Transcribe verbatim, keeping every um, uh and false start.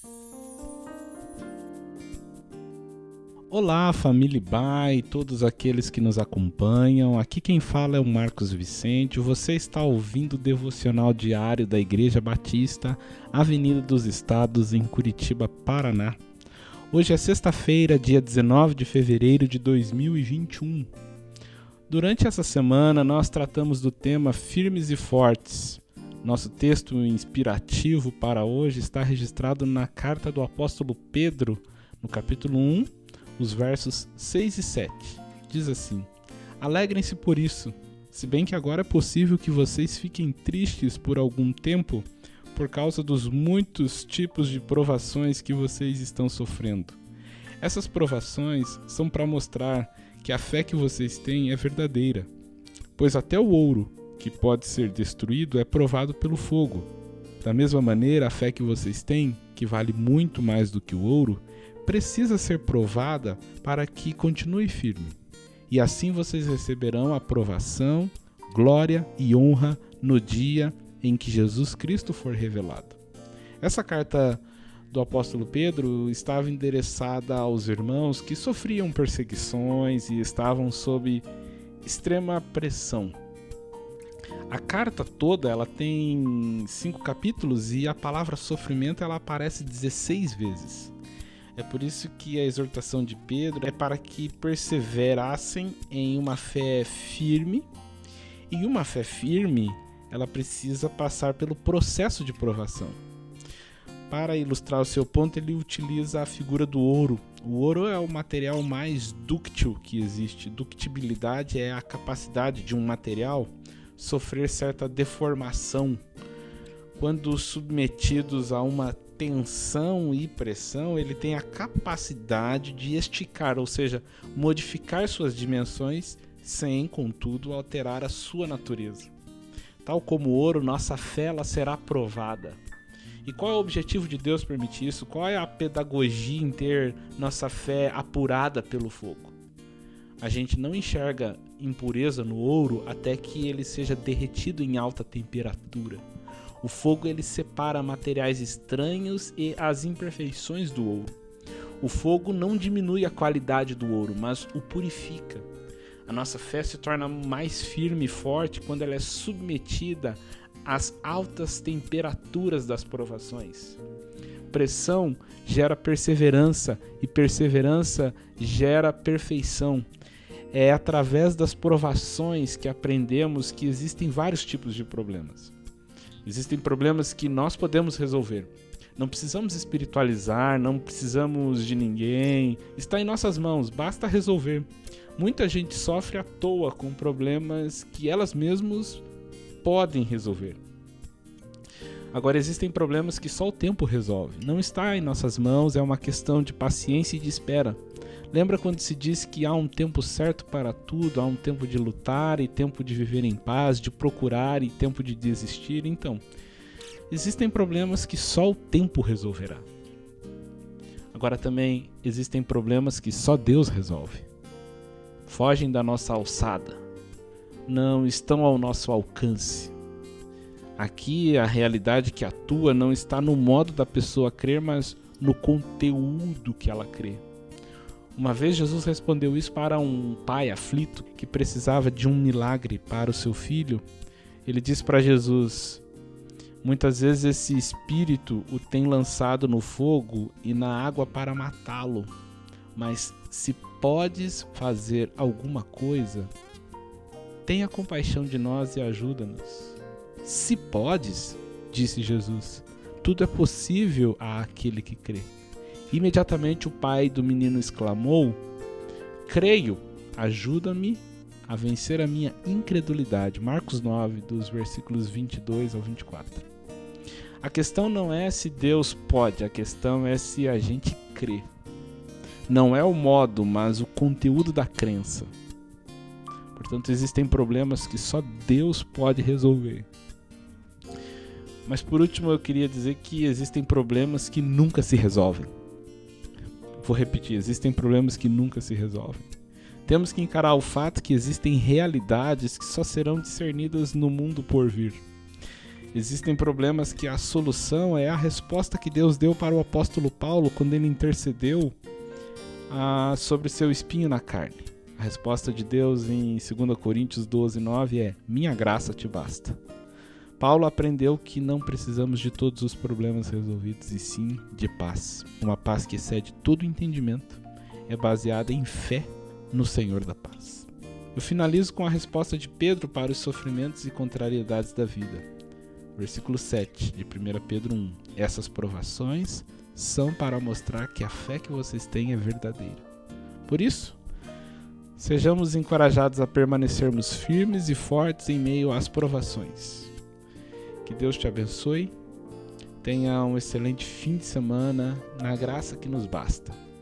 Olá, família Bai, todos aqueles que nos acompanham. Aqui quem fala é o Marcos Vicente. Você está ouvindo o devocional diário da Igreja Batista, Avenida dos Estados, em Curitiba, Paraná. Hoje é sexta-feira, dia dezenove de fevereiro de dois mil e vinte e um. Durante essa semana, nós tratamos do tema Firmes e Fortes. Nosso texto inspirativo para hoje está registrado na carta do apóstolo Pedro, no capítulo um, os versos seis e sete. Diz assim: Alegrem-se por isso, se bem que agora é possível que vocês fiquem tristes por algum tempo por causa dos muitos tipos de provações que vocês estão sofrendo. Essas provações são para mostrar que a fé que vocês têm é verdadeira, pois até o ouro, que pode ser destruído, é provado pelo fogo. Da mesma maneira, a fé que vocês têm, que vale muito mais do que o ouro, precisa ser provada para que continue firme. E assim vocês receberão aprovação, glória e honra no dia em que Jesus Cristo for revelado. Essa carta do apóstolo Pedro estava endereçada aos irmãos que sofriam perseguições e estavam sob extrema pressão. A carta toda ela tem cinco capítulos e a palavra sofrimento ela aparece dezesseis vezes. É por isso que a exortação de Pedro é para que perseverassem em uma fé firme, e uma fé firme, ela precisa passar pelo processo de provação. Para ilustrar o seu ponto, ele utiliza a figura do ouro. O ouro é o material mais dúctil que existe. Ductibilidade é a capacidade de um material sofrer certa deformação. Quando submetidos a uma tensão e pressão, ele tem a capacidade de esticar, ou seja, modificar suas dimensões sem, contudo, alterar a sua natureza. Tal como o ouro, nossa fé ela será provada. E qual é o objetivo de Deus permitir isso? Qual é a pedagogia em ter nossa fé apurada pelo fogo? A gente não enxerga impureza no ouro até que ele seja derretido em alta temperatura. O fogo ele separa materiais estranhos e as imperfeições do ouro. O fogo não diminui a qualidade do ouro, mas o purifica. A nossa fé se torna mais firme e forte quando ela é submetida às altas temperaturas das provações. Pressão gera perseverança e perseverança gera perfeição. É através das provações que aprendemos que existem vários tipos de problemas. Existem problemas que nós podemos resolver. Não precisamos espiritualizar, não precisamos de ninguém. Está em nossas mãos, basta resolver. Muita gente sofre à toa com problemas que elas mesmas podem resolver. Agora, existem problemas que só o tempo resolve. Não está em nossas mãos, é uma questão de paciência e de espera. Lembra quando se diz que há um tempo certo para tudo, há um tempo de lutar e tempo de viver em paz, de procurar e tempo de desistir? Então, existem problemas que só o tempo resolverá. Agora também existem problemas que só Deus resolve. Fogem da nossa alçada, não estão ao nosso alcance. Aqui a realidade que atua não está no modo da pessoa crer, mas no conteúdo que ela crê. Uma vez Jesus respondeu isso para um pai aflito que precisava de um milagre para o seu filho. Ele disse para Jesus: muitas vezes esse espírito o tem lançado no fogo e na água para matá-lo. Mas se podes fazer alguma coisa, tenha compaixão de nós e ajuda-nos. Se podes, disse Jesus, tudo é possível àquele que crê. Imediatamente o pai do menino exclamou: creio, ajuda-me a vencer a minha incredulidade. Marcos nove, dos versículos vinte e dois ao vinte e quatro. A questão não é se Deus pode, a questão é se a gente crê. Não é o modo, mas o conteúdo da crença. Portanto, existem problemas que só Deus pode resolver. Mas por último eu queria dizer que existem problemas que nunca se resolvem. Vou repetir, existem problemas que nunca se resolvem. Temos que encarar o fato que existem realidades que só serão discernidas no mundo por vir. Existem problemas que a solução é a resposta que Deus deu para o apóstolo Paulo quando ele intercedeu ah, sobre seu espinho na carne. A resposta de Deus em dois Coríntios doze, nove é: minha graça te basta. Paulo aprendeu que não precisamos de todos os problemas resolvidos, e sim de paz. Uma paz que excede todo entendimento, é baseada em fé no Senhor da paz. Eu finalizo com a resposta de Pedro para os sofrimentos e contrariedades da vida. Versículo sete de primeira Pedro um. Essas provações são para mostrar que a fé que vocês têm é verdadeira. Por isso, sejamos encorajados a permanecermos firmes e fortes em meio às provações. Que Deus te abençoe. Tenha um excelente fim de semana na graça que nos basta.